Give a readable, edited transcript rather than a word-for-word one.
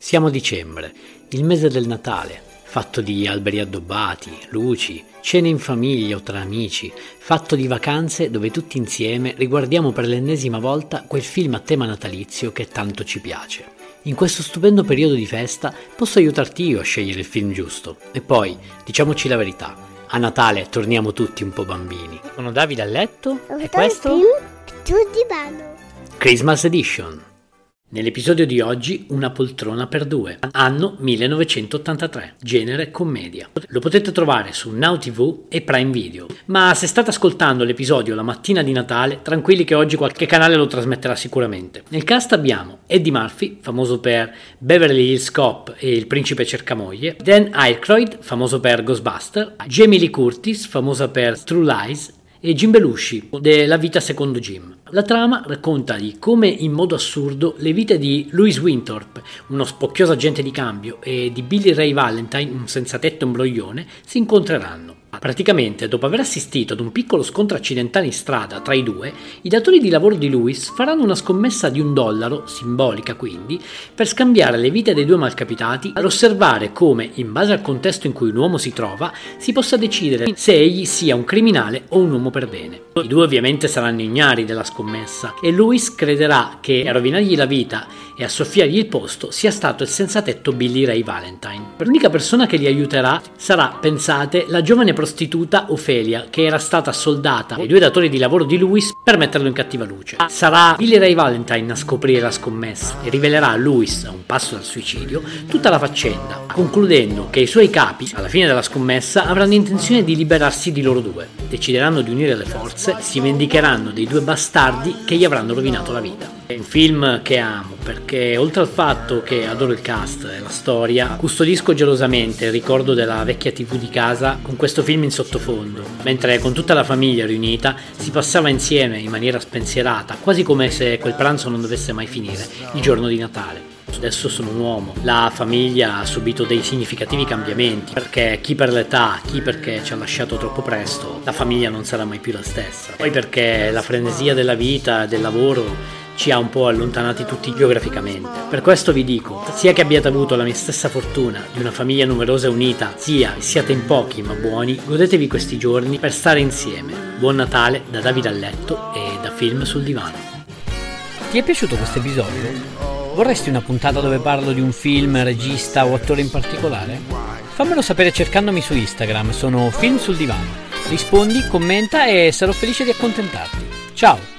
Siamo a dicembre, il mese del Natale, fatto di alberi addobbati, luci, cene in famiglia o tra amici, fatto di vacanze dove tutti insieme riguardiamo per l'ennesima volta quel film a tema natalizio che tanto ci piace. In questo stupendo periodo di festa posso aiutarti io a scegliere il film giusto. E poi, diciamoci la verità, a Natale torniamo tutti un po' bambini. Sono Davide a letto e questo? Sul divano. Christmas Edition. Nell'episodio di oggi una poltrona per due, anno 1983, genere commedia. Lo potete trovare su Now TV e Prime Video. Ma se state ascoltando l'episodio la mattina di Natale, tranquilli che oggi qualche canale lo trasmetterà sicuramente. Nel cast abbiamo Eddie Murphy, famoso per Beverly Hills Cop e Il principe cercamoglie, Dan Aykroyd, famoso per Ghostbuster, Jamie Lee Curtis, famosa per True Lies, e Jim Belushi, della vita secondo Jim. La trama racconta di come in modo assurdo le vite di Louis Winthorpe, uno spocchioso agente di cambio, e di Billy Ray Valentine, un senzatetto imbroglione, si incontreranno. Praticamente, dopo aver assistito ad un piccolo scontro accidentale in strada tra i due, i datori di lavoro di Louis faranno una scommessa di $1, simbolica quindi, per scambiare le vite dei due malcapitati, ad osservare come, in base al contesto in cui un uomo si trova, si possa decidere se egli sia un criminale o un uomo per bene. I due ovviamente saranno ignari della scommessa e Louis crederà che a rovinargli la vita e a soffiargli il posto sia stato il senzatetto Billy Ray Valentine. L'unica persona che li aiuterà sarà, pensate, la giovane prostituta Ophelia, che era stata soldata dai due datori di lavoro di Louis per metterlo in cattiva luce. Sarà Billy Ray Valentine a scoprire la scommessa e rivelerà a Louis, a un passo dal suicidio, tutta la faccenda, concludendo che i suoi capi, alla fine della scommessa, avranno intenzione di liberarsi di loro due. Decideranno di unire le forze, si vendicheranno dei due bastardi che gli avranno rovinato la vita. È un film che amo perché, oltre al fatto che adoro il cast e la storia, custodisco gelosamente il ricordo della vecchia TV di casa con questo film in sottofondo, mentre con tutta la famiglia riunita si passava insieme in maniera spensierata, quasi come se quel pranzo non dovesse mai finire, il giorno di Natale. Adesso sono un uomo, la famiglia ha subito dei significativi cambiamenti, perché chi per l'età, chi perché ci ha lasciato troppo presto, la famiglia non sarà mai più la stessa. Poi perché la frenesia della vita e del lavoro ci ha un po' allontanati tutti geograficamente. Per questo vi dico, sia che abbiate avuto la mia stessa fortuna di una famiglia numerosa e unita, sia siate in pochi ma buoni, godetevi questi giorni per stare insieme. Buon Natale da Davide a letto e da Film sul divano. Ti è piaciuto questo episodio? Vorresti una puntata dove parlo di un film, regista o attore in particolare? Fammelo sapere cercandomi su Instagram, sono Film sul divano. Rispondi, commenta e sarò felice di accontentarti. Ciao!